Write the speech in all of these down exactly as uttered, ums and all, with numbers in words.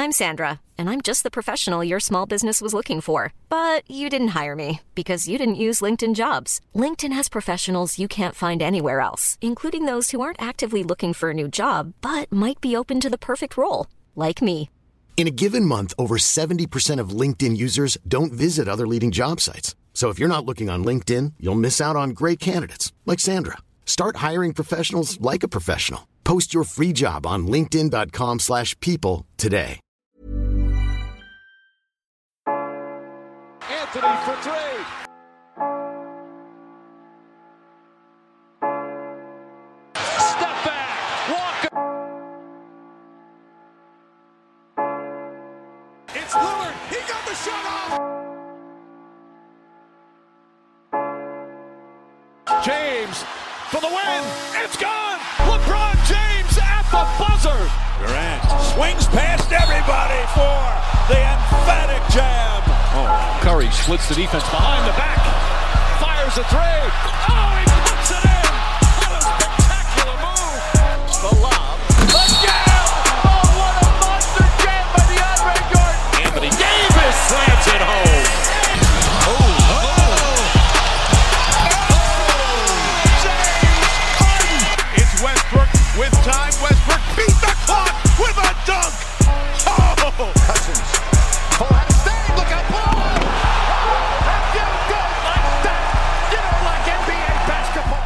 I'm Sandra, and I'm just the professional your small business was looking for. But you didn't hire me because you didn't use LinkedIn Jobs. LinkedIn has professionals you can't find anywhere else, including those who aren't actively looking for a new job, but might be open to the perfect role, like me. In a given month, over seventy percent of LinkedIn users don't visit other leading job sites. So if you're not looking on LinkedIn, you'll miss out on great candidates like Sandra. Start hiring professionals like a professional. Post your free job on linkedin.com slash people today. Anthony for three. Step back. Walker. It's Lillard. He got the shot off. James for the win. It's gone. LeBron James at the buzzer. Durant swings past everybody for the emphatic jam. Oh, Curry splits the defense behind the back. Fires a three. Oh, he puts it in. What a spectacular move. The lob. The jam. Oh, what a monster jam by DeAndre Jordan. Anthony Davis slams it home. Oh, oh. Westbrook with time. Westbrook beat the clock with a dunk. Oh, Cousins. Oh, how to stay. Look out below. Oh, that feels good like that. You know, like N B A basketball.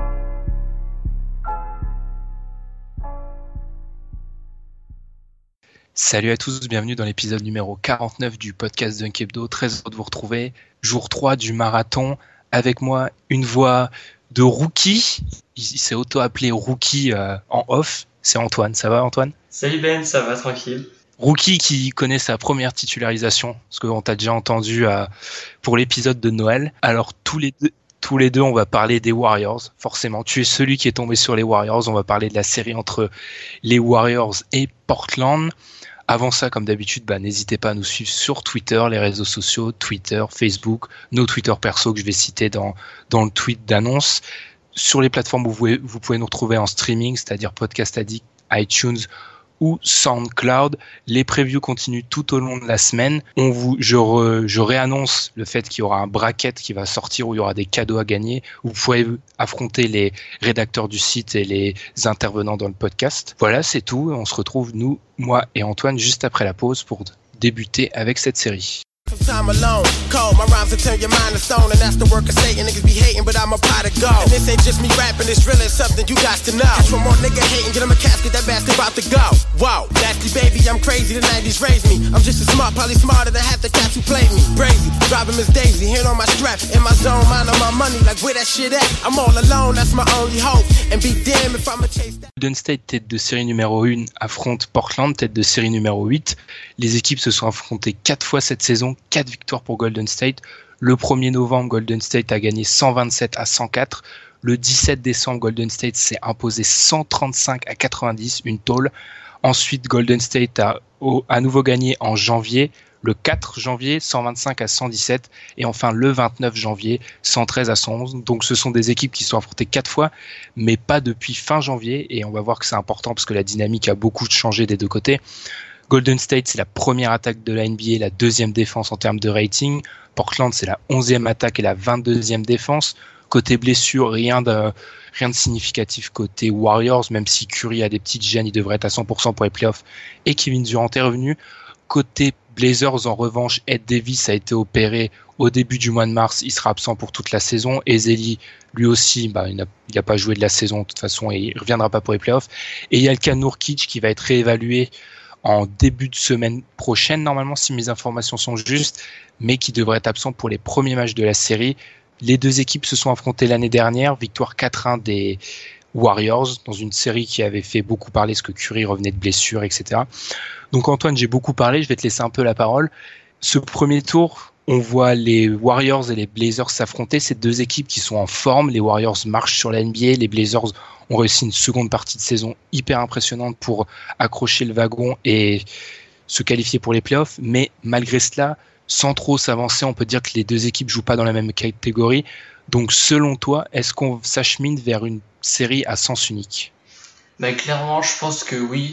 Salut à tous, bienvenue dans l'épisode numéro quarante-neuf du podcast Dunk Hebdo. Très heureux de vous retrouver. Jour trois du marathon. Avec moi, une voix de rookie. Il s'est auto-appelé rookie euh, en off. C'est Antoine. Ça va, Antoine ? Salut Ben, ça va, tranquille. Rookie qui connaît sa première titularisation, parce qu'on t'a déjà entendu euh, pour l'épisode de Noël. Alors tous les deux, tous les deux, on va parler des Warriors. Forcément, tu es celui qui est tombé sur les Warriors. On va parler de la série entre les Warriors et Portland. Avant ça, comme d'habitude, bah, n'hésitez pas à nous suivre sur Twitter, les réseaux sociaux, Twitter, Facebook, nos Twitter perso que je vais citer dans, dans le tweet d'annonce. Sur les plateformes où vous pouvez, vous pouvez nous retrouver en streaming, c'est-à-dire Podcast Addict, iTunes ou SoundCloud. Les previews continuent tout au long de la semaine. On vous, je, re, je réannonce le fait qu'il y aura un bracket qui va sortir où il y aura des cadeaux à gagner. Où vous pouvez affronter les rédacteurs du site et les intervenants dans le podcast. Voilà, c'est tout. On se retrouve, nous, moi et Antoine, juste après la pause pour débuter avec cette série. Time alone, cold, my rhymes will turn your mind to stone. And that's the work of Satan, niggas be hating, but I'm a pot of gold. And this ain't just me rapping, it's really something you got to know. Catch one more nigga hating, get him a casket, that bastard about to go. Whoa, nasty baby, I'm crazy, the nineties raised me. I'm just as smart, probably smarter than half the cats who played me. Brazy, driving Miss Daisy, hand on my strap. In my zone, mind on my money, like where that shit at? I'm all alone, that's my only hope. And be damned if I'ma chase that. Golden State, tête de série numéro un, affronte Portland, tête de série numéro huit. Les équipes se sont affrontées quatre fois cette saison, quatre victoires pour Golden State. Le premier novembre, Golden State a gagné cent vingt-sept à cent quatre. Le dix-sept décembre, Golden State s'est imposé cent trente-cinq à quatre-vingt-dix, une tôle. Ensuite, Golden State a à nouveau gagné en janvier. Le quatre janvier, cent vingt-cinq à cent dix-sept. Et enfin, le vingt-neuf janvier, cent treize à cent onze. Donc, ce sont des équipes qui se sont affrontées quatre fois, mais pas depuis fin janvier. Et on va voir que c'est important parce que la dynamique a beaucoup changé des deux côtés. Golden State, c'est la première attaque de la N B A, la deuxième défense en termes de rating. Portland, c'est la onzième attaque et la vingt-deuxième défense. Côté blessure, rien de, rien de significatif côté Warriors, même si Curry a des petites gênes, il devrait être à cent pour cent pour les playoffs. Et Kevin Durant est revenu. Côté Blazers, en revanche, Ed Davis a été opéré au début du mois de mars. Il sera absent pour toute la saison. Ezeli, lui aussi, bah, il n'a, il n'a pas joué de la saison de toute façon et il ne reviendra pas pour les playoffs. Et il y a le cas Nurkic qui va être réévalué en début de semaine prochaine, normalement, si mes informations sont justes, mais qui devrait être absent pour les premiers matchs de la série. Les deux équipes se sont affrontées l'année dernière, victoire quatre un des Warriors, dans une série qui avait fait beaucoup parler, parce que Curry revenait de blessure, et cetera. Donc Antoine, j'ai beaucoup parlé, je vais te laisser un peu la parole. Ce premier tour, on voit les Warriors et les Blazers s'affronter, ces deux équipes qui sont en forme. Les Warriors marchent sur la N B A, les Blazers ont réussi une seconde partie de saison hyper impressionnante pour accrocher le wagon et se qualifier pour les playoffs. Mais malgré cela, sans trop s'avancer, on peut dire que les deux équipes jouent pas dans la même catégorie. Donc selon toi, est-ce qu'on s'achemine vers une série à sens unique ? Bah, clairement, je pense que oui. De toute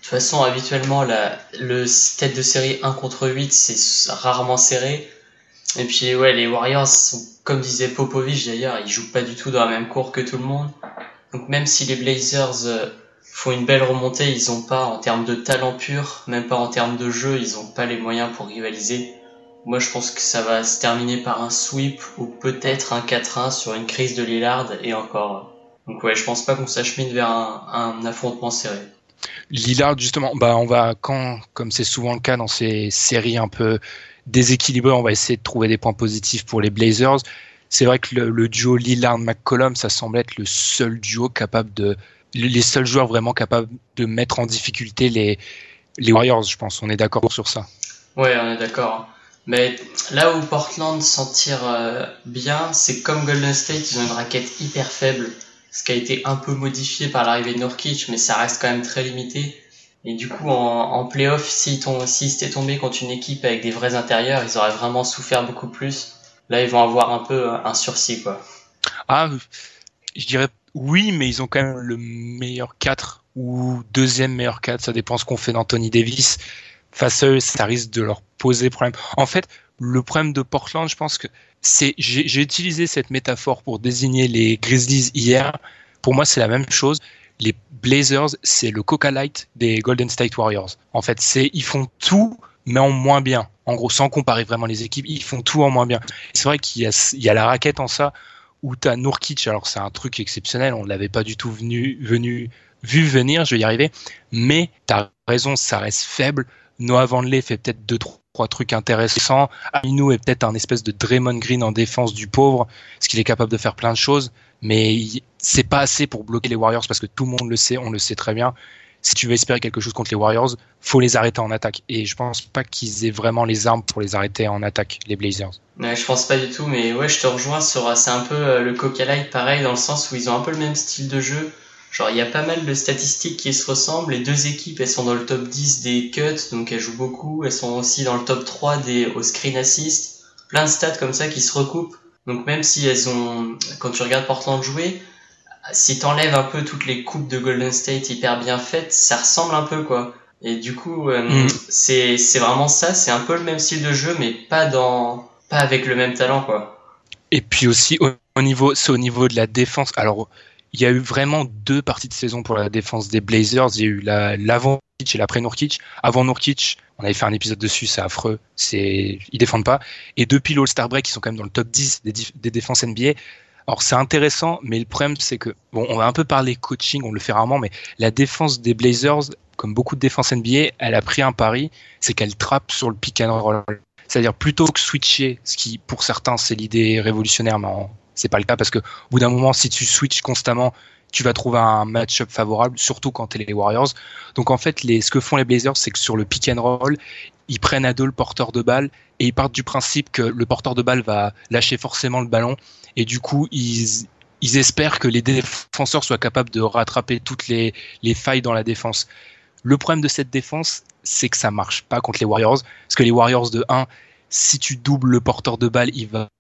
façon, habituellement, la, le tête de série un contre huit, c'est rarement serré. Et puis, ouais, les Warriors sont, comme disait Popovich d'ailleurs, ils jouent pas du tout dans la même cour que tout le monde. Donc même si les Blazers euh, font une belle remontée, ils ont pas, en termes de talent pur, même pas en termes de jeu, ils ont pas les moyens pour rivaliser. Moi, je pense que ça va se terminer par un sweep ou peut-être un quatre un sur une crise de Lillard et encore. Donc ouais, je pense pas qu'on s'achemine vers un, un affrontement serré. Lillard, justement, bah on va, quand, comme c'est souvent le cas dans ces séries un peu déséquilibrées, on va essayer de trouver des points positifs pour les Blazers. C'est vrai que le, le duo Lillard-McCollum, ça semble être le seul duo capable de, les seuls joueurs vraiment capables de mettre en difficulté les, les Warriors, je pense. On est d'accord sur ça. Ouais, on est d'accord. Mais là où Portland s'en tire euh, bien, c'est comme Golden State, ils ont une raquette hyper faible, ce qui a été un peu modifié par l'arrivée de Nurkic, mais ça reste quand même très limité. Et du coup, en, en play-off, s'ils s'ils étaient tombés contre une équipe avec des vrais intérieurs, ils auraient vraiment souffert beaucoup plus. Là, ils vont avoir un peu un sursis, quoi. Ah, je dirais oui, mais ils ont quand même le meilleur quatre ou deuxième meilleur quatre, ça dépend ce qu'on fait d'Anthony Davis. Face à eux, ça risque de leur poser problème. En fait, le problème de Portland, je pense que c'est, j'ai, j'ai utilisé cette métaphore pour désigner les Grizzlies hier. Pour moi, c'est la même chose. Les Blazers, c'est le Coca Light des Golden State Warriors. En fait, c'est, ils font tout, mais en moins bien. En gros, sans comparer vraiment les équipes, ils font tout en moins bien. C'est vrai qu'il y a, il y a la raquette en ça, où t'as Nurkic, alors c'est un truc exceptionnel, on ne l'avait pas du tout venu, venu, vu venir, je vais y arriver, mais t'as raison, ça reste faible. Noah Vonleh fait peut-être deux, trois trucs intéressants. Aminu est peut-être un espèce de Draymond Green en défense du pauvre, parce qu'il est capable de faire plein de choses, mais c'est pas assez pour bloquer les Warriors, parce que tout le monde le sait, on le sait très bien. Si tu veux espérer quelque chose contre les Warriors, faut les arrêter en attaque. Et je pense pas qu'ils aient vraiment les armes pour les arrêter en attaque, les Blazers. Ouais, je pense pas du tout, mais ouais, je te rejoins sur, c'est un peu le Coca Light pareil, dans le sens où ils ont un peu le même style de jeu. Genre, il y a pas mal de statistiques qui se ressemblent. Les deux équipes, elles sont dans le top dix des cuts, donc elles jouent beaucoup. Elles sont aussi dans le top trois des, au screen assist. Plein de stats comme ça qui se recoupent. Donc même si elles ont, quand tu regardes Portland jouer, si t'enlèves un peu toutes les coupes de Golden State hyper bien faites, ça ressemble un peu, quoi. Et du coup, euh, mm. c'est, c'est vraiment ça, c'est un peu le même style de jeu, mais pas dans, pas avec le même talent, quoi. Et puis aussi, au, au niveau, c'est au niveau de la défense. Alors, il y a eu vraiment deux parties de saison pour la défense des Blazers. Il y a eu la, l'avant Nurkic et l'après Nurkic. Avant Nurkic, on avait fait un épisode dessus, c'est affreux. C'est, ils défendent pas. Et depuis l'All-Star Break, ils sont quand même dans le top dix des, des défenses N B A. Alors c'est intéressant, mais le problème c'est que, bon, on va un peu parler coaching, on le fait rarement, mais la défense des Blazers, comme beaucoup de défenses N B A, elle a pris un pari, c'est qu'elle trappe sur le pick and roll. C'est-à-dire plutôt que switcher, ce qui pour certains c'est l'idée révolutionnaire, mais en, c'est pas le cas parce que au bout d'un moment, si tu switches constamment, tu vas trouver un match-up favorable, surtout quand t'es les Warriors. Donc en fait, les, ce que font les Blazers, c'est que sur le pick and roll, ils prennent à deux le porteur de balle et ils partent du principe que le porteur de balle va lâcher forcément le ballon et du coup, ils, ils espèrent que les défenseurs soient capables de rattraper toutes les, les failles dans la défense. Le problème de cette défense, c'est que ça marche pas contre les Warriors parce que les Warriors de un, si tu doubles le porteur de balle, il va,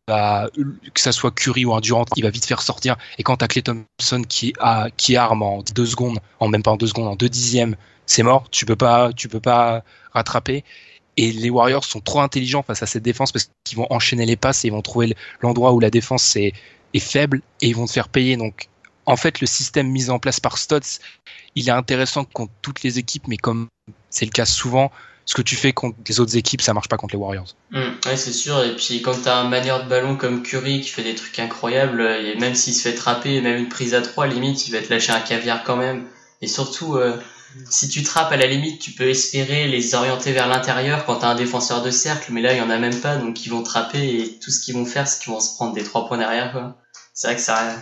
que ça soit Curry ou un Durant, il va vite faire sortir. Et quand t'as Klay Thompson qui a, qui arme en deux secondes, en même pas en deux secondes, en deux dixièmes, c'est mort. Tu peux pas, tu peux pas rattraper. Et les Warriors sont trop intelligents face à cette défense parce qu'ils vont enchaîner les passes et ils vont trouver l'endroit où la défense est, est faible et ils vont te faire payer. Donc, en fait, le système mis en place par Stotts, il est intéressant contre toutes les équipes, mais comme c'est le cas souvent, ce que tu fais contre les autres équipes, ça marche pas contre les Warriors. Mmh, ouais, c'est sûr. Et puis quand t'as un manieur de ballon comme Curry qui fait des trucs incroyables, et même s'il se fait trapper, même une prise à trois, limite, il va te lâcher un caviar quand même. Et surtout, euh, si tu trappes à la limite, tu peux espérer les orienter vers l'intérieur quand t'as un défenseur de cercle, mais là il y en a même pas, donc ils vont trapper et tout ce qu'ils vont faire, c'est qu'ils vont se prendre des trois points derrière, quoi. C'est vrai que ça,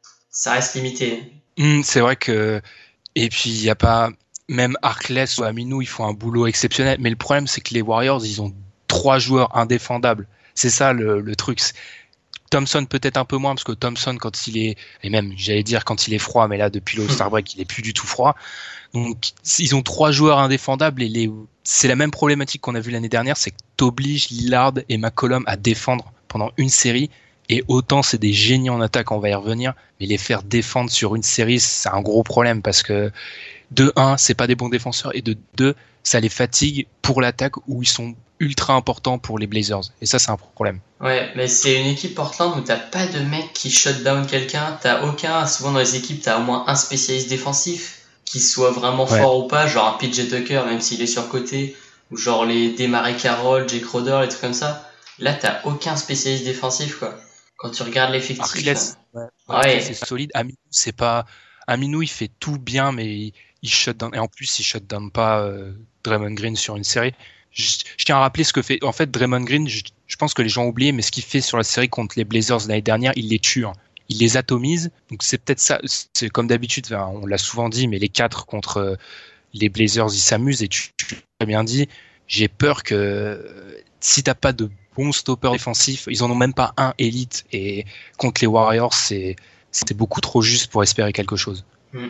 ça reste limité. Mmh, c'est vrai que, et puis il y a pas. Même Harkless ou Aminu, ils font un boulot exceptionnel. Mais le problème, c'est que les Warriors, ils ont trois joueurs indéfendables. C'est ça le, le truc. Thompson peut-être un peu moins, parce que Thompson, quand il est, et même, j'allais dire quand il est froid, mais là, depuis le All-Star Break, il est plus du tout froid. Donc, ils ont trois joueurs indéfendables et les, c'est la même problématique qu'on a vu l'année dernière, c'est que t'obliges Lillard et McCollum à défendre pendant une série. Et autant c'est des génies en attaque, on va y revenir, mais les faire défendre sur une série, c'est un gros problème parce que de un, c'est pas des bons défenseurs, et de deux, ça les fatigue pour l'attaque où ils sont ultra importants pour les Blazers. Et ça, c'est un problème. Ouais, mais c'est une équipe Portland où t'as pas de mec qui shut down quelqu'un, t'as aucun, souvent dans les équipes, t'as au moins un spécialiste défensif, qui soit vraiment ouais. fort ou pas, genre un P J Tucker, même s'il est surcoté, ou genre les Desmarais Carroll, Jake Crowder, les trucs comme ça. Là, t'as aucun spécialiste défensif, quoi. Quand tu regardes l'effectif. Arclès, ouais. ouais. C'est solide. Aminou, c'est pas, Aminou, il fait tout bien, mais il, il shut down, et en plus, il shut down pas, euh, Draymond Green sur une série. Je, je tiens à rappeler ce que fait, en fait, Draymond Green, je, je pense que les gens ont oublié, mais ce qu'il fait sur la série contre les Blazers l'année dernière, il les tue, hein. Il les atomise. Donc c'est peut-être ça, c'est comme d'habitude, enfin, on l'a souvent dit, mais les quatre contre euh, les Blazers, ils s'amusent, et tu, tu l'as bien dit, j'ai peur que euh, si t'as pas de bons stoppers défensifs, ils en ont même pas un élite, et contre les Warriors, c'est, c'est beaucoup trop juste pour espérer quelque chose.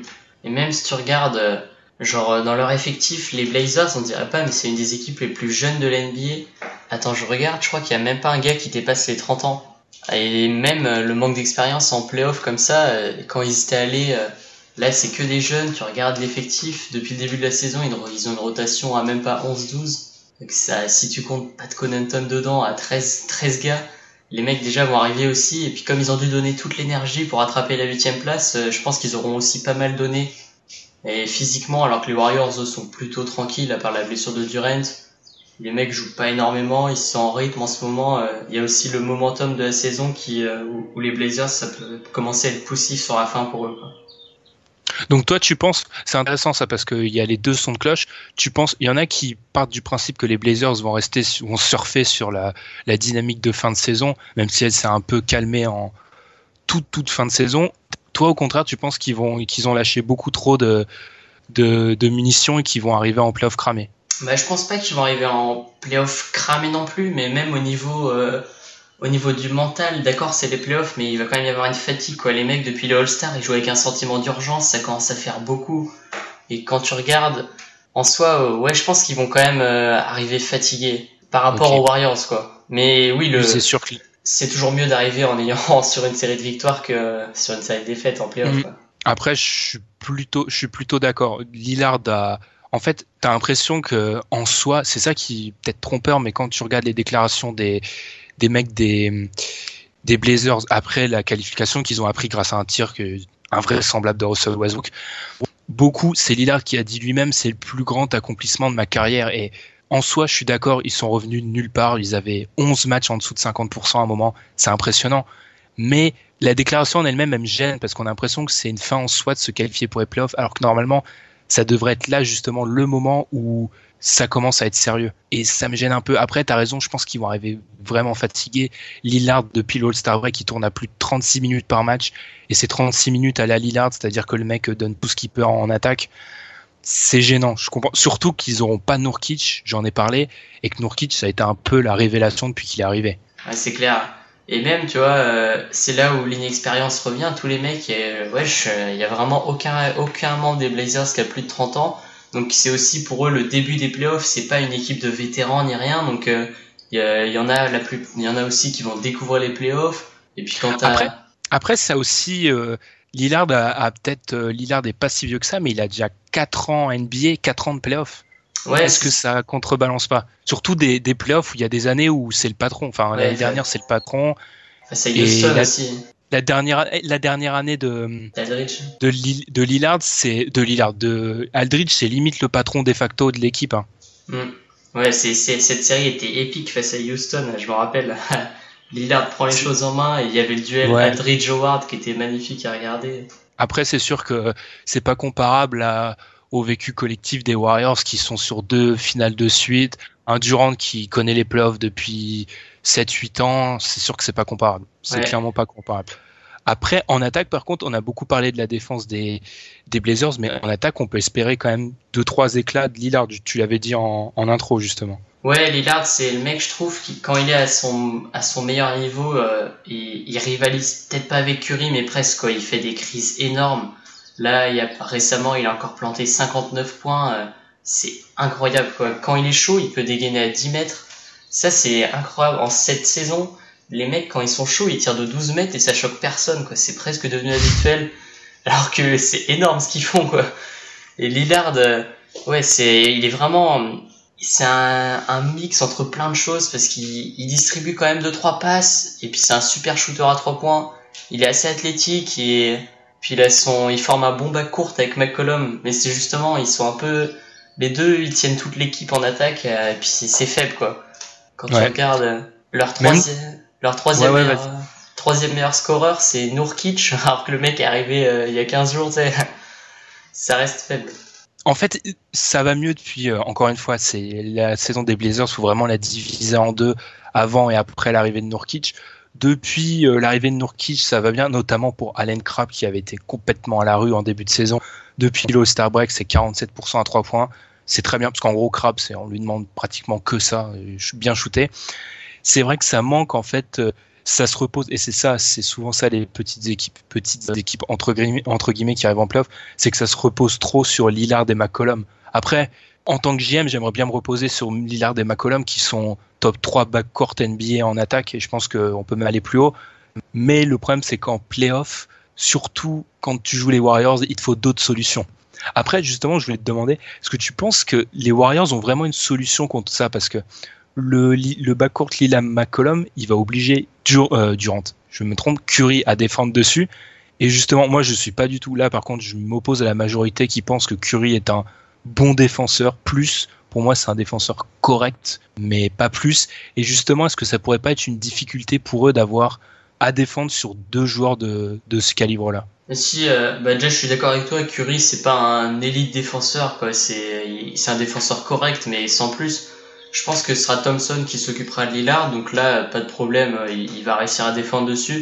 Et même si tu regardes, genre dans leur effectif, les Blazers, on dirait pas, mais c'est une des équipes les plus jeunes de la N B A. Attends, je regarde, je crois qu'il y a même pas un gars qui dépasse les trente ans. Et même le manque d'expérience en playoff comme ça, quand ils étaient allés, là c'est que des jeunes, tu regardes l'effectif, depuis le début de la saison, ils ont une rotation à même pas onze douze. Donc ça, si tu comptes Pat Connaughton dedans, à treize, treize gars, les mecs déjà vont arriver aussi, et puis comme ils ont dû donner toute l'énergie pour attraper la huitième place, je pense qu'ils auront aussi pas mal donné. Et physiquement, alors que les Warriors eux, sont plutôt tranquilles, à part la blessure de Durant, les mecs jouent pas énormément, ils sont en rythme en ce moment. Il y a aussi le momentum de la saison qui, où, où les Blazers, ça peut commencer à être poussif sur la fin pour eux, quoi. Donc toi, tu penses, c'est intéressant ça parce qu'il y a les deux sons de cloche. Tu penses, il y en a qui partent du principe que les Blazers vont rester, vont surfer sur la, la dynamique de fin de saison, même si elle s'est un peu calmée en toute toute fin de saison. Toi, au contraire, tu penses qu'ils vont, qu'ils ont lâché beaucoup trop de de, de munitions et qu'ils vont arriver en playoff cramés? Bah, je pense pas qu'ils vont arriver en playoff cramés non plus, mais même au niveau euh... Au niveau du mental, d'accord, c'est les playoffs, mais il va quand même y avoir une fatigue, quoi. Les mecs, depuis les All-Star, ils jouent avec un sentiment d'urgence, ça commence à faire beaucoup. Et quand tu regardes, en soi, euh, ouais, je pense qu'ils vont quand même euh, arriver fatigués par rapport okay. aux Warriors, quoi. Mais oui, le, c'est sûr que c'est toujours mieux d'arriver en ayant sur une série de victoires que sur une série de défaites en playoff, mmh. quoi. Après, je suis plutôt, je suis plutôt d'accord. Lillard a, en fait, t'as l'impression que, en soi, c'est ça qui est peut-être trompeur, mais quand tu regardes les déclarations des, des mecs des, des Blazers après la qualification qu'ils ont appris grâce à un tir que, invraisemblable de Russell Westbrook. Beaucoup, c'est Lillard qui a dit lui-même, c'est le plus grand accomplissement de ma carrière. Et en soi, je suis d'accord, ils sont revenus de nulle part. Ils avaient onze matchs en dessous de cinquante pour cent à un moment. C'est impressionnant. Mais la déclaration en elle-même, elle me gêne parce qu'on a l'impression que c'est une fin en soi de se qualifier pour les playoffs, alors que normalement, ça devrait être là justement le moment où ça commence à être sérieux. Et ça me gêne un peu. Après, t'as raison, je pense qu'ils vont arriver vraiment fatigués. Lillard, depuis l'All-Star Break, il tourne à plus de trente-six minutes par match. Et c'est trente-six minutes à la Lillard, c'est-à-dire que le mec donne tout ce qu'il peut en attaque. C'est gênant. Je comprends. Surtout qu'ils auront pas Nurkic, j'en ai parlé, et que Nurkic, ça a été un peu la révélation depuis qu'il est arrivé. Ouais, c'est clair. Et même, tu vois, euh, c'est là où l'inexpérience revient. Tous les mecs, euh, wesh, il euh, y a vraiment aucun, aucun membre des Blazers qui a plus de trente ans. Donc c'est aussi pour eux le début des playoffs, c'est pas une équipe de vétérans ni rien, donc il euh, y, y en a la plus, il y en a aussi qui vont découvrir les playoffs. Et puis quand t'as... après, après ça aussi, euh, Lillard a, a peut-être, euh, Lillard est pas si vieux que ça, mais il a déjà quatre ans N B A, quatre ans de playoffs. Ouais, Est-ce c'est... que ça contrebalance pas? Surtout des, des playoffs où il y a des années où c'est le patron. Enfin ouais, l'année ouais. dernière c'est le patron. Enfin, c'est Houston la... aussi. La dernière, la dernière année de, de, de Lillard, c'est, de Lillard, de Aldridge, c'est limite le patron de facto de l'équipe, hein. Mmh. Ouais, c'est, c'est, cette série était épique face à Houston, je me rappelle. Lillard prend les choses en main et il y avait le duel ouais. Aldridge-Howard qui était magnifique à regarder. Après, c'est sûr que c'est pas comparable à, au vécu collectif des Warriors qui sont sur deux finales de suite. Un Durant qui connaît les playoffs depuis sept huit ans, c'est sûr que c'est pas comparable. C'est ouais. clairement pas comparable. Après, en attaque, par contre, on a beaucoup parlé de la défense des, des Blazers, mais en attaque, on peut espérer quand même deux trois éclats de Lillard. Tu l'avais dit en, en intro, justement. Ouais, Lillard, c'est le mec, je trouve, qui, quand il est à son, à son meilleur niveau, euh, il, il rivalise peut-être pas avec Curry, mais presque, quoi. Il fait des crises énormes. Là, il y a, récemment, il a encore planté cinquante-neuf points. Euh, c'est incroyable, quoi. Quand il est chaud, il peut dégainer à dix mètres. Ça, c'est incroyable. En cette saison, les mecs, quand ils sont chauds, ils tirent de douze mètres et ça choque personne, quoi. C'est presque devenu habituel. Alors que c'est énorme ce qu'ils font, quoi. Et Lillard, euh, ouais, c'est, il est vraiment, c'est un, un mix entre plein de choses parce qu'il il distribue quand même deux trois passes et puis c'est un super shooter à trois points. Il est assez athlétique et puis il a son, il forme un bon back court avec McCollum. Mais c'est justement, ils sont un peu, les deux, ils tiennent toute l'équipe en attaque et puis c'est, c'est faible quoi. Quand ouais. tu regardes leur troisième, Même... leur troisième, ouais, ouais, meilleur, troisième meilleur scoreur, c'est Nurkic, alors que le mec est arrivé euh, il y a quinze jours, tu sais. Ça reste faible. En fait, ça va mieux depuis, euh, encore une fois, c'est la saison des Blazers, faut vraiment la diviser en deux avant et après l'arrivée de Nurkic. Depuis euh, l'arrivée de Nurkic, ça va bien, notamment pour Allen Crabbe qui avait été complètement à la rue en début de saison. Depuis l'All-Star Break, c'est quarante-sept pour cent à trois points. C'est très bien, parce qu'en gros, Crabbe, c'est, on lui demande pratiquement que ça, bien shooté. C'est vrai que ça manque, en fait, euh, ça se repose, et c'est ça, c'est souvent ça, les petites équipes, petites équipes entre guillemets, entre guillemets qui arrivent en playoff, c'est que ça se repose trop sur Lillard et McCollum. Après, en tant que G M, j'aimerais bien me reposer sur Lillard et McCollum, qui sont top trois backcourt N B A en attaque, et je pense qu'on peut même aller plus haut. Mais le problème, c'est qu'en playoff, surtout quand tu joues les Warriors, il te faut d'autres solutions. Après, justement, je voulais te demander, est-ce que tu penses que les Warriors ont vraiment une solution contre ça? Parce que le, le backcourt Lillard-McCollum, il va obliger Dur, euh, Durant, je me trompe, Curry à défendre dessus. Et justement, moi, je suis pas du tout là. Par contre, je m'oppose à la majorité qui pense que Curry est un bon défenseur. Plus, pour moi, c'est un défenseur correct, mais pas plus. Et justement, est-ce que ça pourrait pas être une difficulté pour eux d'avoir à défendre sur deux joueurs de, de ce calibre-là? Si, euh, bah déjà je suis d'accord avec toi, Curry c'est pas un élite défenseur quoi, c'est c'est un défenseur correct mais sans plus. Je pense que ce sera Thompson qui s'occupera de Lillard, donc là pas de problème, il, il va réussir à défendre dessus.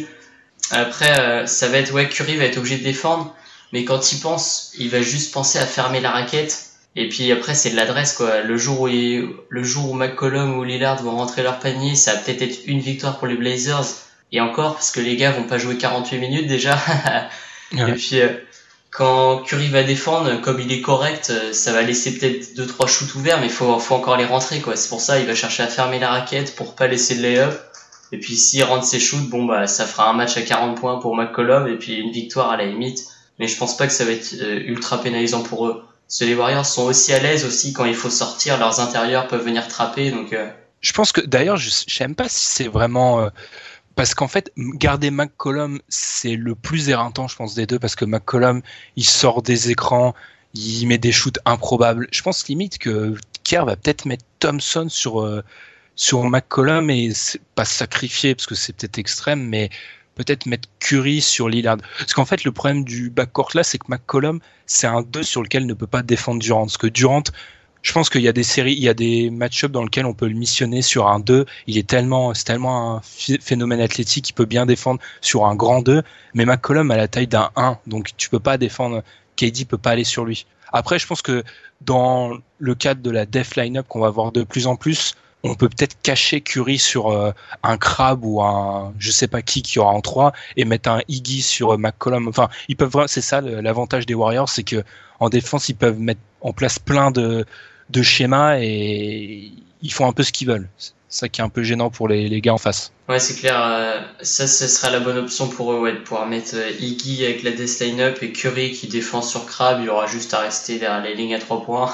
Après euh, ça va être ouais Curry va être obligé de défendre, mais quand il pense, il va juste penser à fermer la raquette et puis après c'est de l'adresse quoi. Le jour où il, le jour où McCollum ou Lillard vont rentrer leur panier, ça va peut-être être une victoire pour les Blazers et encore parce que les gars vont pas jouer quarante-huit minutes déjà. Ouais. Et puis euh, quand Curry va défendre, comme il est correct, euh, ça va laisser peut-être deux trois shoots ouverts, mais faut faut encore les rentrer quoi. C'est pour ça il va chercher à fermer la raquette pour pas laisser le lay-up. Et puis s'il rentre ses shoots, bon bah ça fera un match à quarante points pour McCollum et puis une victoire à la limite. Mais je pense pas que ça va être euh, ultra pénalisant pour eux. Parce que les Warriors sont aussi à l'aise aussi quand il faut sortir, leurs intérieurs peuvent venir trapper donc. Euh... Je pense que d'ailleurs je, je sais même pas si c'est vraiment. Euh... Parce qu'en fait, garder McCollum, c'est le plus éreintant, je pense, des deux, parce que McCollum, il sort des écrans, il met des shoots improbables. Je pense limite que Kerr va peut-être mettre Thompson sur, euh, sur McCollum et c'est pas sacrifier, parce que c'est peut-être extrême, mais peut-être mettre Curry sur Lillard. Parce qu'en fait, le problème du backcourt là, c'est que McCollum, c'est un deux sur lequel ne peut pas défendre Durant. Parce que Durant, je pense qu'il y a des séries, il y a des match-ups dans lesquels on peut le missionner sur un deux. Il est tellement, c'est tellement un phénomène athlétique, il peut bien défendre sur un grand deux. Mais McCollum a la taille d'un un, donc tu peux pas défendre. K D peut pas aller sur lui. Après, je pense que dans le cadre de la def line-up qu'on va voir de plus en plus, on peut peut-être cacher Curry sur euh, un Crabbe ou un, je sais pas qui qui aura en trois et mettre un Iggy sur euh, McCollum. Enfin, ils peuvent, c'est ça l'avantage des Warriors, c'est que en défense ils peuvent mettre en place plein de de schémas et ils font un peu ce qu'ils veulent. C'est ça qui est un peu gênant pour les, les gars en face. Ouais, c'est clair. Euh, ça, ce sera la bonne option pour eux, ouais, de pouvoir mettre euh, Iggy avec la death line-up et Curry qui défend sur Crabbe. Il aura juste à rester derrière les lignes à trois points.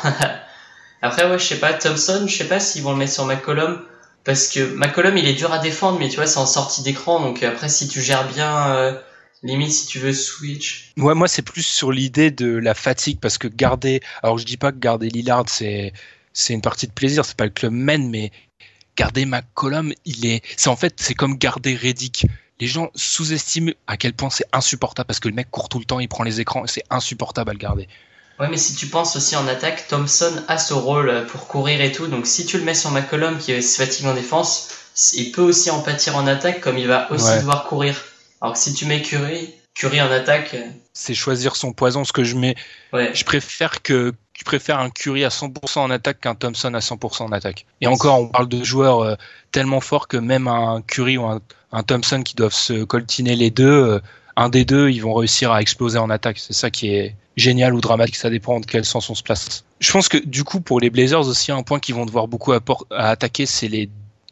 Après, ouais, je sais pas, Thompson, je sais pas s'ils vont le mettre sur McCollum. Parce que McCollum, il est dur à défendre, mais tu vois, c'est en sortie d'écran. Donc après, si tu gères bien... Euh, limite si tu veux switch. Ouais, moi c'est plus sur l'idée de la fatigue parce que garder, alors je dis pas que garder Lillard c'est c'est une partie de plaisir, c'est pas le club men, mais garder McCollum, il est, c'est en fait c'est comme garder Redick. Les gens sous-estiment à quel point c'est insupportable parce que le mec court tout le temps, il prend les écrans, c'est insupportable à le garder. Ouais, mais si tu penses aussi en attaque, Thompson a ce rôle pour courir et tout, donc si tu le mets sur McCollum qui se fatigue en défense, il peut aussi en pâtir en attaque comme il va aussi ouais. devoir courir. Alors que si tu mets Curry, Curry en attaque... C'est choisir son poison, ce que je mets... Ouais. Je préfère que je préfère un Curry à cent pour cent en attaque qu'un Thompson à cent pour cent en attaque. Et encore, on parle de joueurs euh, tellement forts que même un Curry ou un, un Thompson qui doivent se coltiner les deux, euh, un des deux, ils vont réussir à exploser en attaque. C'est ça qui est génial ou dramatique, ça dépend de quel sens on se place. Je pense que du coup, pour les Blazers aussi, un point qu'ils vont devoir beaucoup apport- à attaquer, c'est les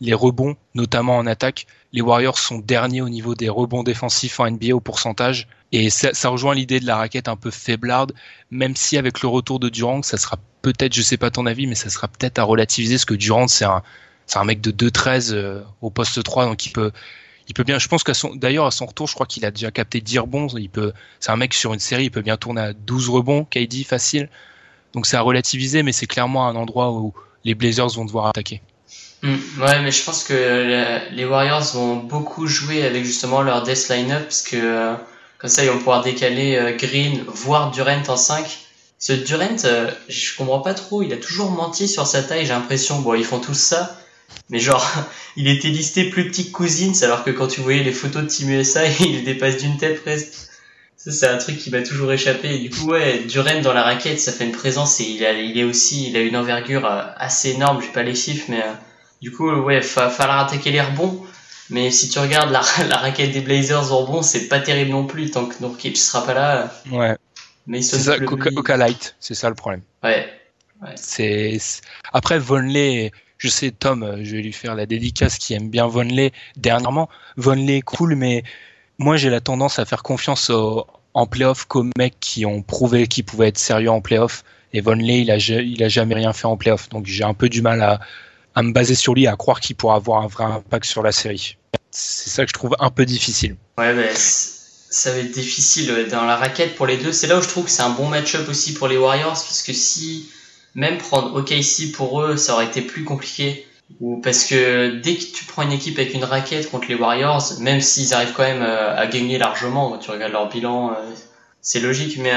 les rebonds, notamment en attaque. Les Warriors sont derniers au niveau des rebonds défensifs en N B A au pourcentage. Et ça, ça rejoint l'idée de la raquette un peu faiblarde, même si avec le retour de Durant, ça sera peut-être, je sais pas ton avis, mais ça sera peut-être à relativiser, parce que Durant, c'est un, c'est un mec de deux treize euh, au poste trois, donc il peut, il peut bien, je pense qu'à son, d'ailleurs, à son retour, je crois qu'il a déjà capté dix rebonds. Il peut, c'est un mec sur une série, il peut bien tourner à douze rebonds, K D, facile. Donc c'est à relativiser, mais c'est clairement un endroit où les Blazers vont devoir attaquer. Mmh, ouais, mais je pense que les Warriors vont beaucoup jouer avec justement leur death line-up, parce que euh, comme ça ils vont pouvoir décaler euh, Green, voire Durant en cinq. Ce Durant, euh, je comprends pas trop, il a toujours menti sur sa taille, j'ai l'impression. Bon, ils font tous ça, mais genre il était listé plus petit que Cousins, alors que quand tu voyais les photos de Team U S A, il dépasse d'une tête presque. Ça, c'est un truc qui m'a toujours échappé. Et du coup, ouais, Durant dans la raquette, ça fait une présence, et il a, il est aussi, il a une envergure euh, assez énorme. J'ai pas les chiffres, mais euh, du coup, ouais, il va falloir attaquer les rebonds. Mais si tu regardes la, la raquette des Blazers au rebond, c'est pas terrible non plus, tant que Nurkic sera pas là. Ouais. Mais ils c'est ça, Coca, Coca Light, c'est ça le problème. Ouais. ouais. C'est, c'est... Après, Vonleh, je sais, Tom, je vais lui faire la dédicace, qui aime bien Vonleh dernièrement. Vonleh est cool, mais moi, j'ai la tendance à faire confiance au, en play-off qu'aux mecs qui ont prouvé qu'ils pouvaient être sérieux en play-off. Et Vonleh, il a, il a jamais rien fait en play-off. Donc, j'ai un peu du mal à, à me baser sur lui, à croire qu'il pourra avoir un vrai impact sur la série. C'est ça que je trouve un peu difficile. Ouais, mais ça va être difficile dans la raquette pour les deux. C'est là où je trouve que c'est un bon match-up aussi pour les Warriors, parce que si même prendre O K C pour eux, ça aurait été plus compliqué. Ou parce que dès que tu prends une équipe avec une raquette contre les Warriors, même s'ils arrivent quand même à gagner largement, quand tu regardes leur bilan, c'est logique, mais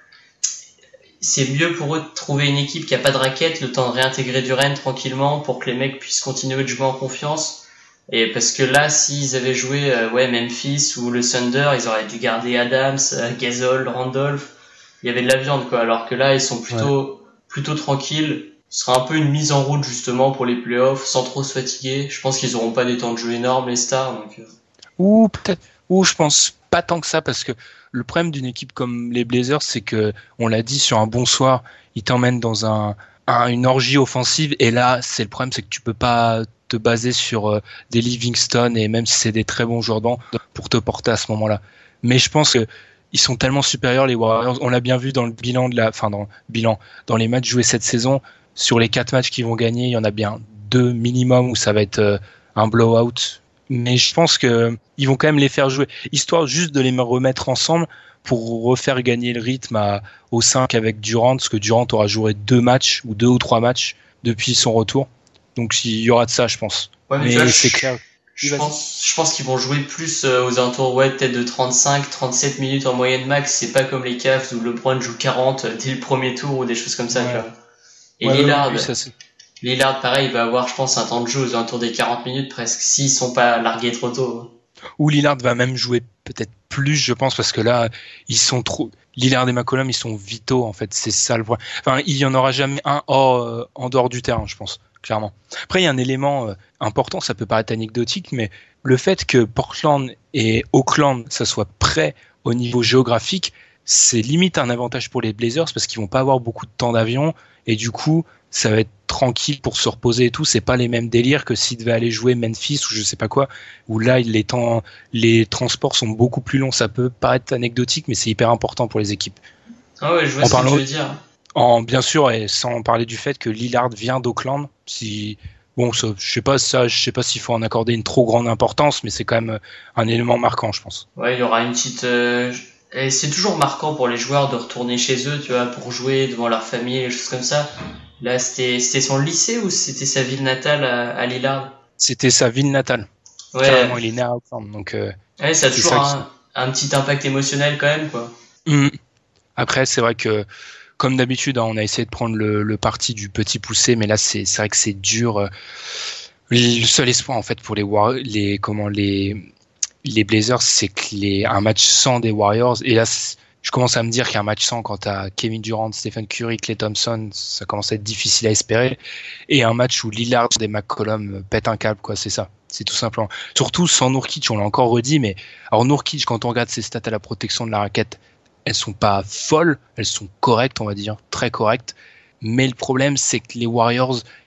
c'est mieux pour eux de trouver une équipe qui a pas de raquette, le temps de réintégrer Durant tranquillement pour que les mecs puissent continuer de jouer en confiance. Et parce que là, s'ils avaient joué euh, ouais Memphis ou le Thunder, ils auraient dû garder Adams, euh, Gasol, Randolph. Il y avait de la viande, quoi. Alors que là, ils sont plutôt ouais. plutôt tranquilles. Ce sera un peu une mise en route justement pour les playoffs, sans trop se fatiguer. Je pense qu'ils auront pas des temps de jeu énormes, les stars. Donc... Ou peut-être, ou je pense pas tant que ça, parce que le problème d'une équipe comme les Blazers, c'est que on l'a dit, sur un bon soir, ils t'emmènent dans un, un une orgie offensive, et là, c'est le problème, c'est que tu peux pas te baser sur euh, des Livingston, et même si c'est des très bons joueurs banc, pour te porter à ce moment-là. Mais je pense que ils sont tellement supérieurs, les Warriors. On l'a bien vu dans le bilan de la, enfin dans le bilan, dans les matchs joués cette saison. Sur les quatre matchs qu'ils vont gagner, il y en a bien deux minimum où ça va être euh, un blowout. Mais je pense que ils vont quand même les faire jouer, histoire juste de les remettre ensemble pour refaire gagner le rythme à, aux cinq avec Durant, parce que Durant aura joué deux matchs ou deux ou trois matchs depuis son retour. Donc il y aura de ça, je pense. Ouais, mais, mais vois, c'est je, clair. Je pense, je pense qu'ils vont jouer plus aux alentours, ouais, peut-être de trente-cinq, trente-sept minutes en moyenne max. C'est pas comme les Cavs où LeBron joue quarante dès le premier tour ou des choses comme ça. Ouais. Tu vois. Et ouais, Lillard, ouais, ça, Lillard, pareil, il va avoir, je pense, un temps de jeu aux alentours des quarante minutes presque, s'ils sont pas largués trop tôt. Ou Lillard va même jouer peut-être plus, je pense, parce que là, ils sont trop. Lillard et McCollum, ils sont vitaux, en fait. C'est ça le problème. Enfin, il y en aura jamais un hors, euh, en dehors du terrain, je pense. Clairement. Après, il y a un élément euh, important, ça peut paraître anecdotique, mais le fait que Portland et Oakland, ça soit près au niveau géographique, c'est limite un avantage pour les Blazers parce qu'ils vont pas avoir beaucoup de temps d'avion et du coup, ça va être tranquille pour se reposer et tout. C'est pas les mêmes délires que s'ils devaient aller jouer Memphis ou je sais pas quoi, où là, les temps, les transports sont beaucoup plus longs. Ça peut paraître anecdotique, mais c'est hyper important pour les équipes. Ah ouais, je vois en ce que tu veux dire. En, bien sûr, et sans parler du fait que Lillard vient d'Oakland, si bon, ça, je sais pas ça, je sais pas s'il faut en accorder une trop grande importance, mais c'est quand même un élément marquant, je pense. Ouais, il y aura une petite. Euh, et c'est toujours marquant pour les joueurs de retourner chez eux, tu vois, pour jouer devant leur famille, des choses comme ça. Là, c'était, c'était son lycée ou c'était sa ville natale à, à Lillard? C'était sa ville natale. Ouais. Carrément, il est né à Oakland, donc. Euh, ouais, ça a toujours ça un, qui... un petit impact émotionnel quand même, quoi. Mmh. Après, c'est vrai que. Comme d'habitude, on a essayé de prendre le, le parti du petit poussé, mais là, c'est, c'est vrai que c'est dur. Le seul espoir, en fait, pour les, les, comment, les, les Blazers, c'est que les, un match sans des Warriors, et là, je commence à me dire qu'un match sans, quand t'as Kevin Durant, Stephen Curry, Klay Thompson, ça commence à être difficile à espérer. Et un match où Lillard et McCollum pètent un câble, quoi, c'est ça. C'est tout simplement. Surtout sans Nurkic, on l'a encore redit, mais alors Nurkic, quand on regarde ses stats à la protection de la raquette, elles sont pas folles, elles sont correctes, on va dire, très correctes. Mais le problème, c'est que les Warriors,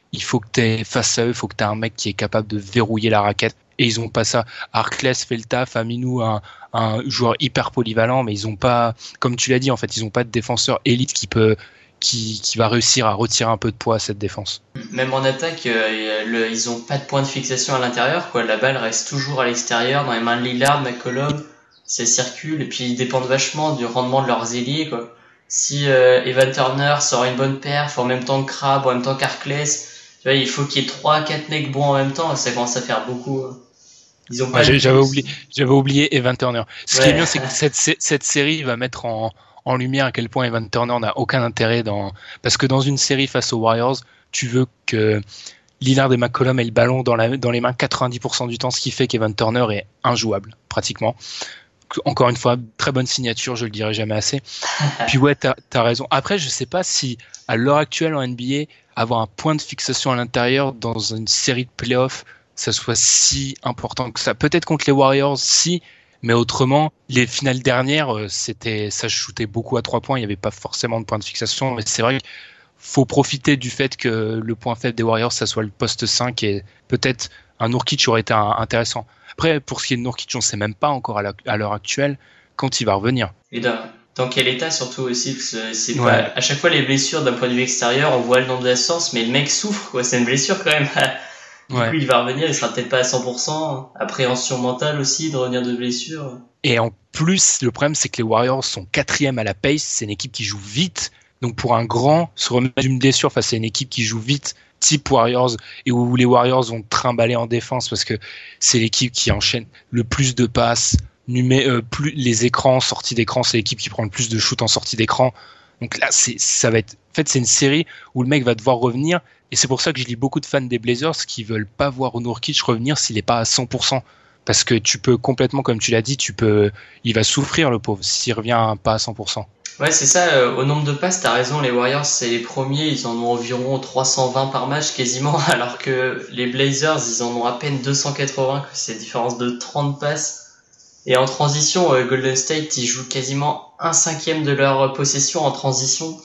il faut que t'aies face à eux, il faut que t'aies un mec qui est capable de verrouiller la raquette. Et ils ont pas ça. Arkless fait le taf, Aminou un, un joueur hyper polyvalent, mais ils ont pas, comme tu l'as dit en fait, ils ont pas de défenseur élite qui peut, qui, qui va réussir à retirer un peu de poids à cette défense. Même en attaque, euh, le, ils ont pas de point de fixation à l'intérieur, quoi. La balle reste toujours à l'extérieur, dans les mains de Lillard, McCollum, ça circule, et puis ils dépendent vachement du rendement de leurs ailiers, quoi. Si euh, Evan Turner sort une bonne perf, en même temps que Crabbe, en même temps qu'Arkless, tu vois, il faut qu'il y ait trois, quatre mecs bons en même temps, ça commence à faire beaucoup. Ils ont pas ouais, j'avais oublié, j'avais oublié Evan Turner. Ce ouais. qui est bien, c'est que cette, cette série va mettre en, en lumière à quel point Evan Turner n'a aucun intérêt dans, parce que dans une série face aux Warriors, tu veux que Lillard et McCollum aient le ballon dans, la, dans les mains quatre-vingt-dix pour cent du temps, ce qui fait qu'Evan Turner est injouable, pratiquement. Encore une fois, très bonne signature, je le dirai jamais assez. Puis ouais, t'as, t'as raison. Après, je sais pas si, à l'heure actuelle en N B A, avoir un point de fixation à l'intérieur dans une série de playoffs, ça soit si important que ça. Peut-être contre les Warriors, si, mais autrement, les finales dernières, c'était, ça shootait beaucoup à trois points, il n'y avait pas forcément de point de fixation, mais c'est vrai qu'il faut profiter du fait que le point faible des Warriors, ça soit le poste cinq, et peut-être un Nurkic aurait été un, intéressant. Après, pour ce qui est de Nurkic, on ne sait même pas encore à, la, à l'heure actuelle quand il va revenir. Et dans, dans quel état surtout aussi, parce que c'est ouais. pas, à chaque fois les blessures d'un point de vue extérieur, on voit le nombre d'absences, mais le mec souffre, quoi, c'est une blessure quand même. Du ouais. coup, il va revenir, il sera peut-être pas à cent pour cent. Appréhension mentale aussi de revenir de blessure. Et en plus, le problème, c'est que les Warriors sont quatrième à la pace. C'est une équipe qui joue vite. Donc, pour un grand, se remettre d'une blessure face à une équipe qui joue vite, type Warriors, et où les Warriors vont trimballer en défense parce que c'est l'équipe qui enchaîne le plus de passes, numé- euh, plus les écrans, sortie d'écran, c'est l'équipe qui prend le plus de shoot en sortie d'écran. Donc là, c'est, ça va être, en fait, c'est une série où le mec va devoir revenir. Et c'est pour ça que je lis beaucoup de fans des Blazers qui veulent pas voir Nurkic revenir s'il est pas à cent pour cent. Parce que tu peux complètement, comme tu l'as dit, tu peux, il va souffrir le pauvre s'il revient pas à cent pour cent. Ouais, c'est ça, euh, au nombre de passes, t'as raison, les Warriors, c'est les premiers, ils en ont environ trois cent vingt par match quasiment, alors que les Blazers, ils en ont à peine deux cent quatre-vingts, c'est une différence de trente passes. Et en transition, euh, Golden State, ils jouent quasiment un cinquième de leur possession en transition.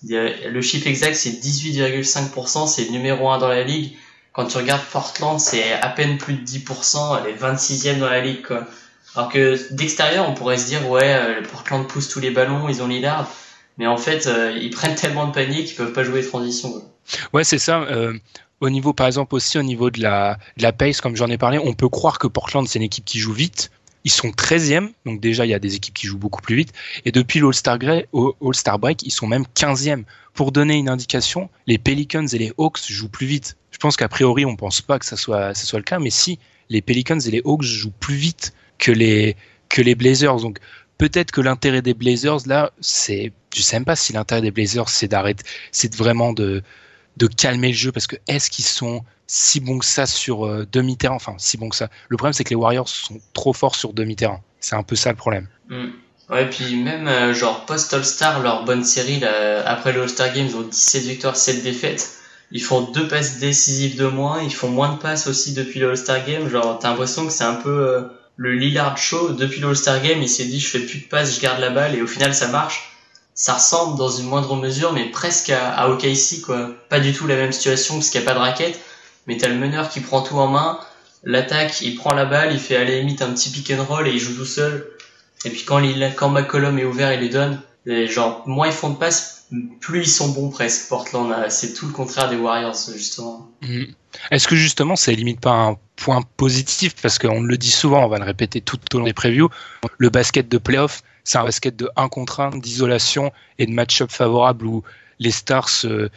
Le chiffre exact, c'est dix-huit virgule cinq pour cent, c'est le numéro un dans la ligue. Quand tu regardes Portland, c'est à peine plus de dix pour cent, elle est vingt-sixième dans la ligue, quoi. Alors que d'extérieur, on pourrait se dire, ouais, le Portland pousse tous les ballons, ils ont Lillard. Mais en fait, euh, ils prennent tellement de paniers qu'ils peuvent pas jouer les transitions, quoi. Ouais, c'est ça. Euh, au niveau, par exemple, aussi au niveau de la, de la pace, comme j'en ai parlé, on peut croire que Portland, c'est une équipe qui joue vite. Ils sont treizième, donc déjà il y a des équipes qui jouent beaucoup plus vite. Et depuis l'All-Star, All-Star Break, ils sont même quinzième. Pour donner une indication, les Pelicans et les Hawks jouent plus vite. Je pense qu'a priori, on pense pas que ça soit, ça soit le cas, mais si, les Pelicans et les Hawks jouent plus vite que les, que les Blazers. Donc peut-être que l'intérêt des Blazers, là, c'est, je sais même pas si l'intérêt des Blazers, c'est d'arrêter, c'est vraiment de, de calmer le jeu, parce que est-ce qu'ils sont si bons que ça sur euh, demi-terrain, enfin si bons que ça. Le problème, c'est que les Warriors sont trop forts sur demi-terrain. C'est un peu ça le problème. Mmh. Ouais, puis même euh, genre post-All-Star, leur bonne série, là, après le All-Star Game, ils ont dix-sept victoires, sept défaites. Ils font deux passes décisives de moins, ils font moins de passes aussi depuis le All-Star Game. Genre, t'as l'impression que c'est un peu euh, le Lillard Show. Depuis le All-Star Game, il s'est dit, je fais plus de passes, je garde la balle, et au final, ça marche. Ça ressemble dans une moindre mesure, mais presque à, à O K C, quoi. Pas du tout la même situation, parce qu'il n'y a pas de raquette. Mais t'as le meneur qui prend tout en main, l'attaque, il prend la balle, il fait à la limite un petit pick and roll et il joue tout seul. Et puis quand, il, quand McCollum est ouvert, il les donne. Et genre, moins ils font de passes, plus ils sont bons presque. Portland, c'est tout le contraire des Warriors, justement. Mmh. Est-ce que justement, ça limite pas un point positif? Parce qu'on le dit souvent, on va le répéter tout au long des previews, le basket de playoff, c'est un basket de un contre un, d'isolation et de match-up favorable où les stars se...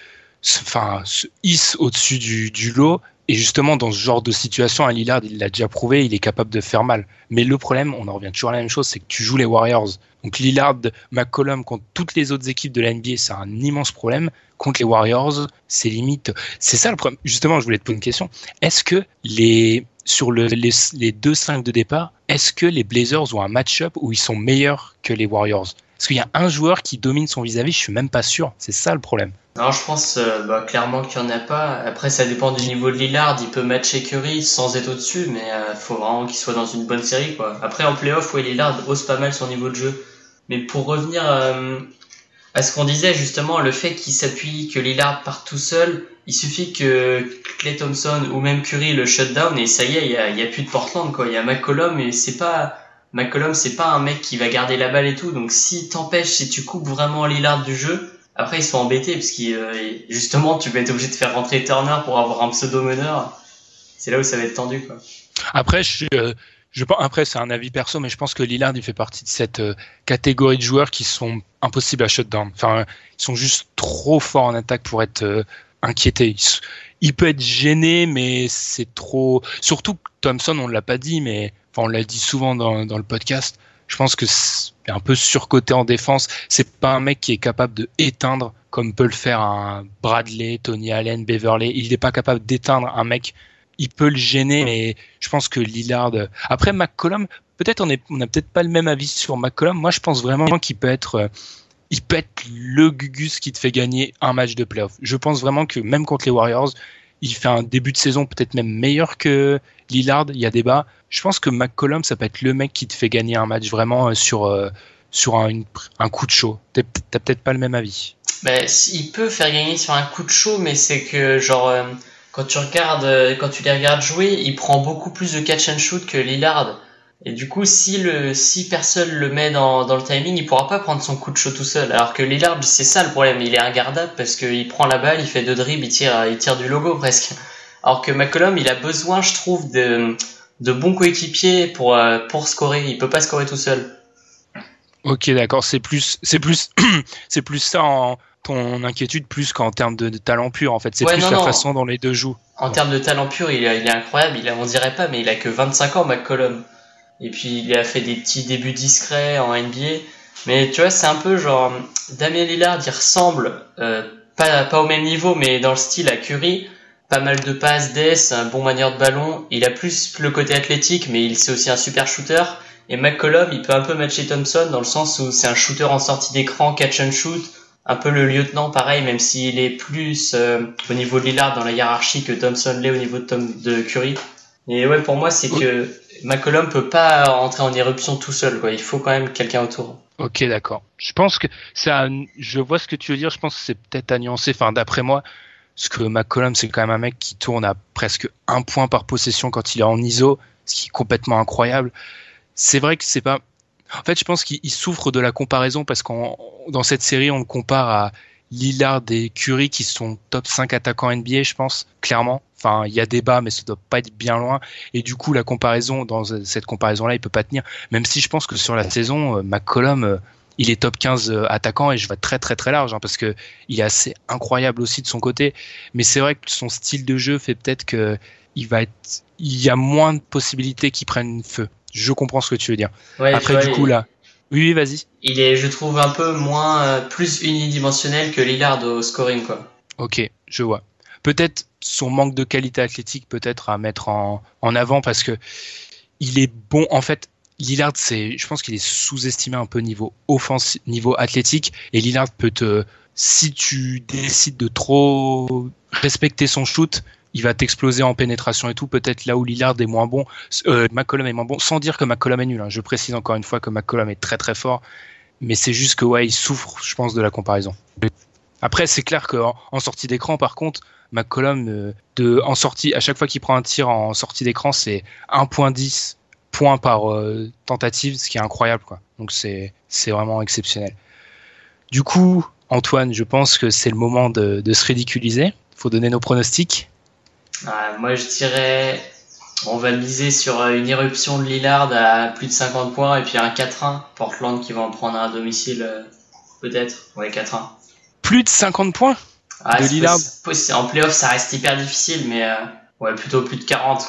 enfin, se hisse au-dessus du, du lot. Et justement, dans ce genre de situation, à Lillard, il l'a déjà prouvé, il est capable de faire mal. Mais le problème, on en revient toujours à la même chose, c'est que tu joues les Warriors. Donc Lillard, McCollum, contre toutes les autres équipes de la N B A, c'est un immense problème. Contre les Warriors, c'est limite... C'est ça le problème. Justement, je voulais te poser une question. Est-ce que les... sur le, les, les deux cinq de départ, est-ce que les Blazers ont un match-up où ils sont meilleurs que les Warriors? Parce qu'il y a un joueur qui domine son vis-à-vis, je suis même pas sûr. C'est ça le problème. Non, je pense euh, bah, clairement qu'il n'y en a pas. Après, ça dépend du niveau de Lillard. Il peut matcher Curry sans être au-dessus, mais il euh, faut vraiment qu'il soit dans une bonne série, quoi. Après, en play-off, ouais, Lillard hausse pas mal son niveau de jeu. Mais pour revenir euh, À ce qu'on disait justement, le fait qu'il s'appuie, que Lillard parte tout seul, il suffit que Klay Thompson ou même Curry le shutdown et ça y est, il y a, il y a plus de Portland quoi. Il y a McCollum et c'est pas McCollum, c'est pas un mec qui va garder la balle et tout. Donc si t'empêches, si tu coupes vraiment Lillard du jeu, après ils sont embêtés parce que euh, justement tu vas être obligé de faire rentrer Turner pour avoir un pseudo meneur. C'est là où ça va être tendu quoi. Après je euh... Je pense, après, c'est un avis perso, mais je pense que Lillard, il fait partie de cette euh, catégorie de joueurs qui sont impossibles à shutdown. Enfin, ils sont juste trop forts en attaque pour être euh, inquiétés. Il, il peut être gêné, mais c'est trop... Surtout Thompson, on ne l'a pas dit, mais enfin, on l'a dit souvent dans, dans le podcast. Je pense que c'est un peu surcoté en défense. C'est pas un mec qui est capable de éteindre comme peut le faire un Bradley, Tony Allen, Beverley. Il n'est pas capable d'éteindre un mec. Il peut le gêner, mais je pense que Lillard... Après, McCollum, peut-être on est, on n'a peut-être pas le même avis sur McCollum. Moi, je pense vraiment qu'il peut être, il peut être le Gugus qui te fait gagner un match de playoff. Je pense vraiment que même contre les Warriors, il fait un début de saison peut-être même meilleur que Lillard. Il y a débat. Je pense que McCollum, ça peut être le mec qui te fait gagner un match vraiment sur, sur un, une, un coup de chaud. T'as, t'as peut-être pas le même avis. Ben, il peut faire gagner sur un coup de chaud, mais c'est que genre... Euh... Quand tu regardes, quand tu les regardes jouer, il prend beaucoup plus de catch and shoot que Lillard. Et du coup, si le, si personne le met dans, dans le timing, il pourra pas prendre son coup de chaud tout seul. Alors que Lillard, c'est ça le problème, il est regardable parce qu'il prend la balle, il fait deux dribbles, il tire, il tire du logo presque. Alors que McCollum, il a besoin, je trouve, de, de bons coéquipiers pour, pour scorer. Il peut pas scorer tout seul. Ok, d'accord, c'est plus, c'est plus, c'est plus ça en, ton inquiétude plus qu'en termes de, de talent pur en fait, c'est ouais, plus non, la non. façon dont les deux jouent. En ouais. termes de talent pur, il, a, il est incroyable, il a, on dirait pas, mais il a que vingt-cinq ans McCollum. Et puis il a fait des petits débuts discrets en N B A. Mais tu vois, c'est un peu genre Damien Lillard, il ressemble euh, pas pas au même niveau, mais dans le style à Curry, pas mal de passes, d'ess, un bon manière de ballon. Il a plus le côté athlétique, mais il c'est aussi un super shooter. Et McCollum, il peut un peu matcher Thompson dans le sens où c'est un shooter en sortie d'écran, catch and shoot. Un peu le lieutenant, pareil, même s'il est plus euh, au niveau de Lillard dans la hiérarchie que Thompson l'est au niveau de, Tom, de Curry. Et ouais, pour moi, c'est que McCollum peut pas rentrer en éruption tout seul, quoi. Il faut quand même quelqu'un autour. Ok, d'accord. Je pense que ça, je vois ce que tu veux dire. Je pense que c'est peut-être à nuancer. Enfin, d'après moi, parce que McCollum, c'est quand même un mec qui tourne à presque un point par possession quand il est en I S O, ce qui est complètement incroyable. C'est vrai que c'est pas. En fait, je pense qu'il souffre de la comparaison parce qu'en dans cette série, on le compare à Lillard et Curry qui sont top cinq attaquants N B A, je pense, clairement. Enfin, il y a débat, mais ça doit pas être bien loin. Et du coup, la comparaison, dans cette comparaison-là, il peut pas tenir. Même si je pense que sur la saison, McCollum, il est top quinze attaquant et je vais très très très large hein, parce que il est assez incroyable aussi de son côté. Mais c'est vrai que son style de jeu fait peut-être que il va être, il y a moins de possibilités qu'il prenne feu. Je comprends ce que tu veux dire. Ouais, après, vois, du coup, il... là. Oui, oui, vas-y. Il est, je trouve, un peu moins, euh, plus unidimensionnel que Lillard au scoring, quoi. Ok, je vois. Peut-être son manque de qualité athlétique, peut-être à mettre en, en avant parce que il est bon. En fait, Lillard, c'est, je pense qu'il est sous-estimé un peu niveau offensif, niveau athlétique. Et Lillard peut te, si tu décides de trop respecter son shoot, il va t'exploser en pénétration et tout, peut-être là où Lillard est moins bon, euh, McCollum est moins bon, sans dire que McCollum est nul, hein. Je précise encore une fois que McCollum est très très fort, mais c'est juste que ouais, il souffre, je pense, de la comparaison. Après, c'est clair qu'en en sortie d'écran, par contre, McCollum, euh, de, en sortie, à chaque fois qu'il prend un tir en sortie d'écran, c'est un virgule dix points par euh, tentative, ce qui est incroyable, quoi. Donc c'est, c'est vraiment exceptionnel. Du coup, Antoine, je pense que c'est le moment de, de se ridiculiser. Il faut donner nos pronostics. Ah, moi je dirais on va miser sur une éruption de Lillard à plus de cinquante points et puis un quatre un, Portland qui va en prendre un à domicile euh, peut-être, ouais quatre un. Plus de cinquante points ah, de Lillard possible. En playoff ça reste hyper difficile mais euh, ouais plutôt plus de quarante.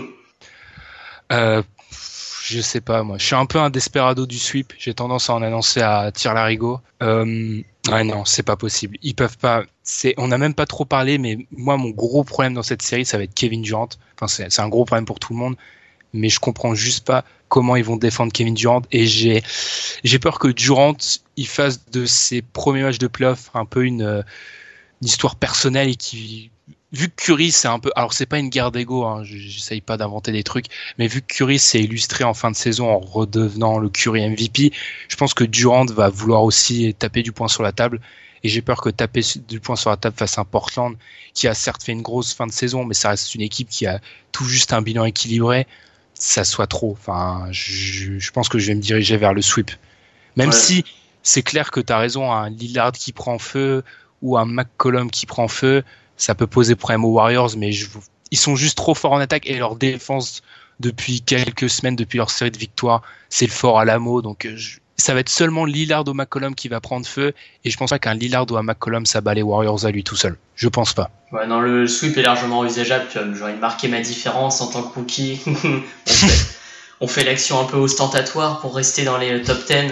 euh, je sais pas moi, je suis un peu un desperado du sweep, j'ai tendance à en annoncer à tire-larigot. Euh, ouais non, c'est pas possible, ils peuvent pas. C'est, on n'a même pas trop parlé, mais moi mon gros problème dans cette série, ça va être Kevin Durant. Enfin c'est, c'est un gros problème pour tout le monde, mais je comprends juste pas comment ils vont défendre Kevin Durant et j'ai j'ai peur que Durant il fasse de ses premiers matchs de playoff un peu une, une histoire personnelle et qu'il vu que Curry c'est un peu, alors c'est pas une guerre d'ego, hein, j'essaye pas d'inventer des trucs, mais vu que Curry s'est illustré en fin de saison en redevenant le Curry M V P, je pense que Durant va vouloir aussi taper du poing sur la table, et j'ai peur que taper du poing sur la table face à un Portland qui a certes fait une grosse fin de saison, mais ça reste une équipe qui a tout juste un bilan équilibré, ça soit trop. Enfin, je, je pense que je vais me diriger vers le sweep, même ouais. si c'est clair que t'as raison, un Lillard qui prend feu ou un McCollum qui prend feu, ça peut poser problème aux Warriors, mais je, ils sont juste trop forts en attaque et leur défense depuis quelques semaines, depuis leur série de victoires, c'est le fort à l'amo. Donc je, ça va être seulement Lillard ou McCollum qui va prendre feu, et je pense pas qu'un Lillard ou un McCollum ça bat les Warriors à lui tout seul. Je pense pas. Ouais, non, le sweep est largement envisageable. Tu vois, j'aurais marqué ma différence en tant que rookie. on, fait, on fait l'action un peu ostentatoire pour rester dans les top dix.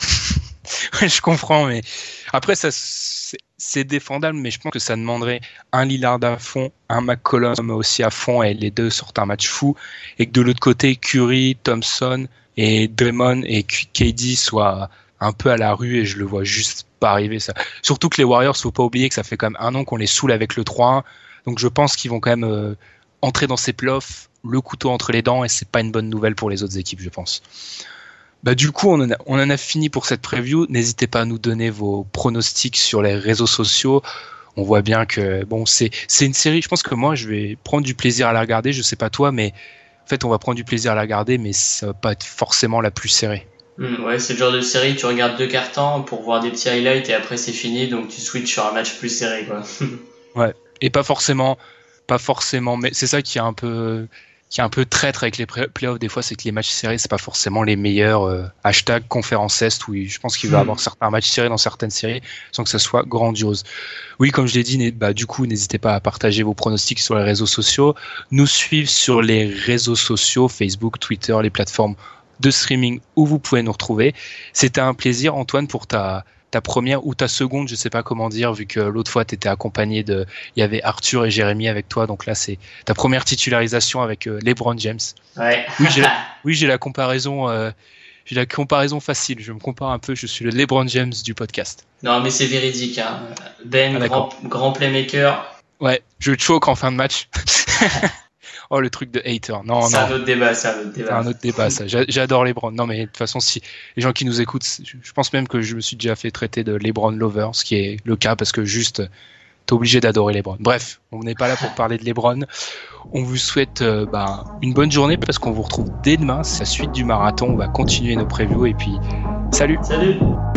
Ouais, je comprends, mais après ça. C'est, c'est défendable, mais je pense que ça demanderait un Lillard à fond, un McCollum aussi à fond, et les deux sortent un match fou, et que de l'autre côté, Curry, Thompson et Draymond et K D soient un peu à la rue, et je le vois juste pas arriver ça. Surtout que les Warriors, faut pas oublier que ça fait quand même un an qu'on les saoule avec le trois un, donc je pense qu'ils vont quand même euh, entrer dans ces playoffs le couteau entre les dents, et c'est pas une bonne nouvelle pour les autres équipes, je pense. Bah du coup, on en, a, on en a fini pour cette preview. N'hésitez pas à nous donner vos pronostics sur les réseaux sociaux. On voit bien que bon, c'est c'est une série. Je pense que moi, je vais prendre du plaisir à la regarder. Je sais pas toi, mais en fait, on va prendre du plaisir à la regarder, mais ça va pas être forcément la plus serrée. Mmh, ouais, c'est le genre de série. Tu regardes deux quarts temps pour voir des petits highlights et après c'est fini. Donc tu switches sur un match plus serré, quoi. Ouais, et pas forcément, pas forcément. Mais c'est ça qui est un peu. qui est un peu traître avec les playoffs des fois, c'est que les matchs serrés c'est pas forcément les meilleurs. euh, hashtag conférence Est, où je pense qu'il va y avoir certains matchs serrés dans certaines séries sans que ça soit grandiose. Oui, comme je l'ai dit, bah du coup n'hésitez pas à partager vos pronostics sur les réseaux sociaux, nous suivre sur les réseaux sociaux, Facebook, Twitter, les plateformes de streaming où vous pouvez nous retrouver. C'était un plaisir, Antoine, pour ta ta première ou ta seconde, je sais pas comment dire, vu que l'autre fois t'étais accompagné de, il y avait Arthur et Jérémy avec toi, donc là c'est ta première titularisation avec euh, LeBron James. Ouais. Oui, j'ai la, oui, j'ai la comparaison, euh, j'ai la comparaison facile. Je me compare un peu, je suis le LeBron James du podcast. Non, mais c'est véridique, hein. Ben, ah, grand, grand playmaker. Ouais, je choke en fin de match. Oh, le truc de hater. Non, c'est non. un autre débat, c'est un autre débat. C'est un autre débat, ça. J'adore LeBron. Non, mais de toute façon, si les gens qui nous écoutent, je pense même que je me suis déjà fait traiter de LeBron lover, ce qui est le cas parce que juste, t'es obligé d'adorer LeBron. Bref, on n'est pas là pour parler de LeBron. On vous souhaite euh, bah, une bonne journée parce qu'on vous retrouve dès demain. C'est la suite du marathon. On va continuer nos previews et puis, salut. Salut.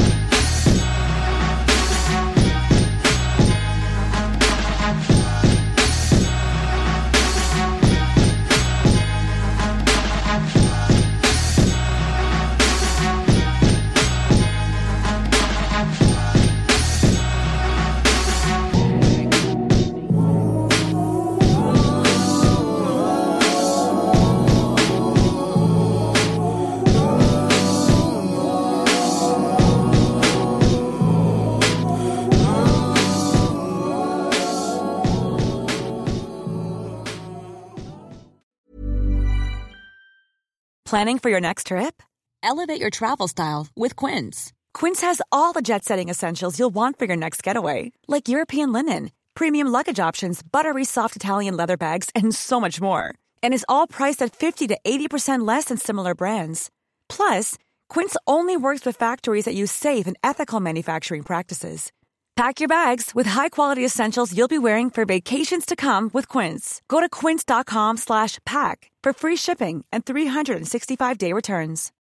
Planning for your next trip? Elevate your travel style with Quince. Quince has all the jet-setting essentials you'll want for your next getaway, like European linen, premium luggage options, buttery soft Italian leather bags, and so much more. And is all priced at fifty to eighty percent less than similar brands. Plus, Quince only works with factories that use safe and ethical manufacturing practices. Pack your bags with high-quality essentials you'll be wearing for vacations to come with Quince. Go to quince.com slash pack for free shipping and three sixty-five day returns.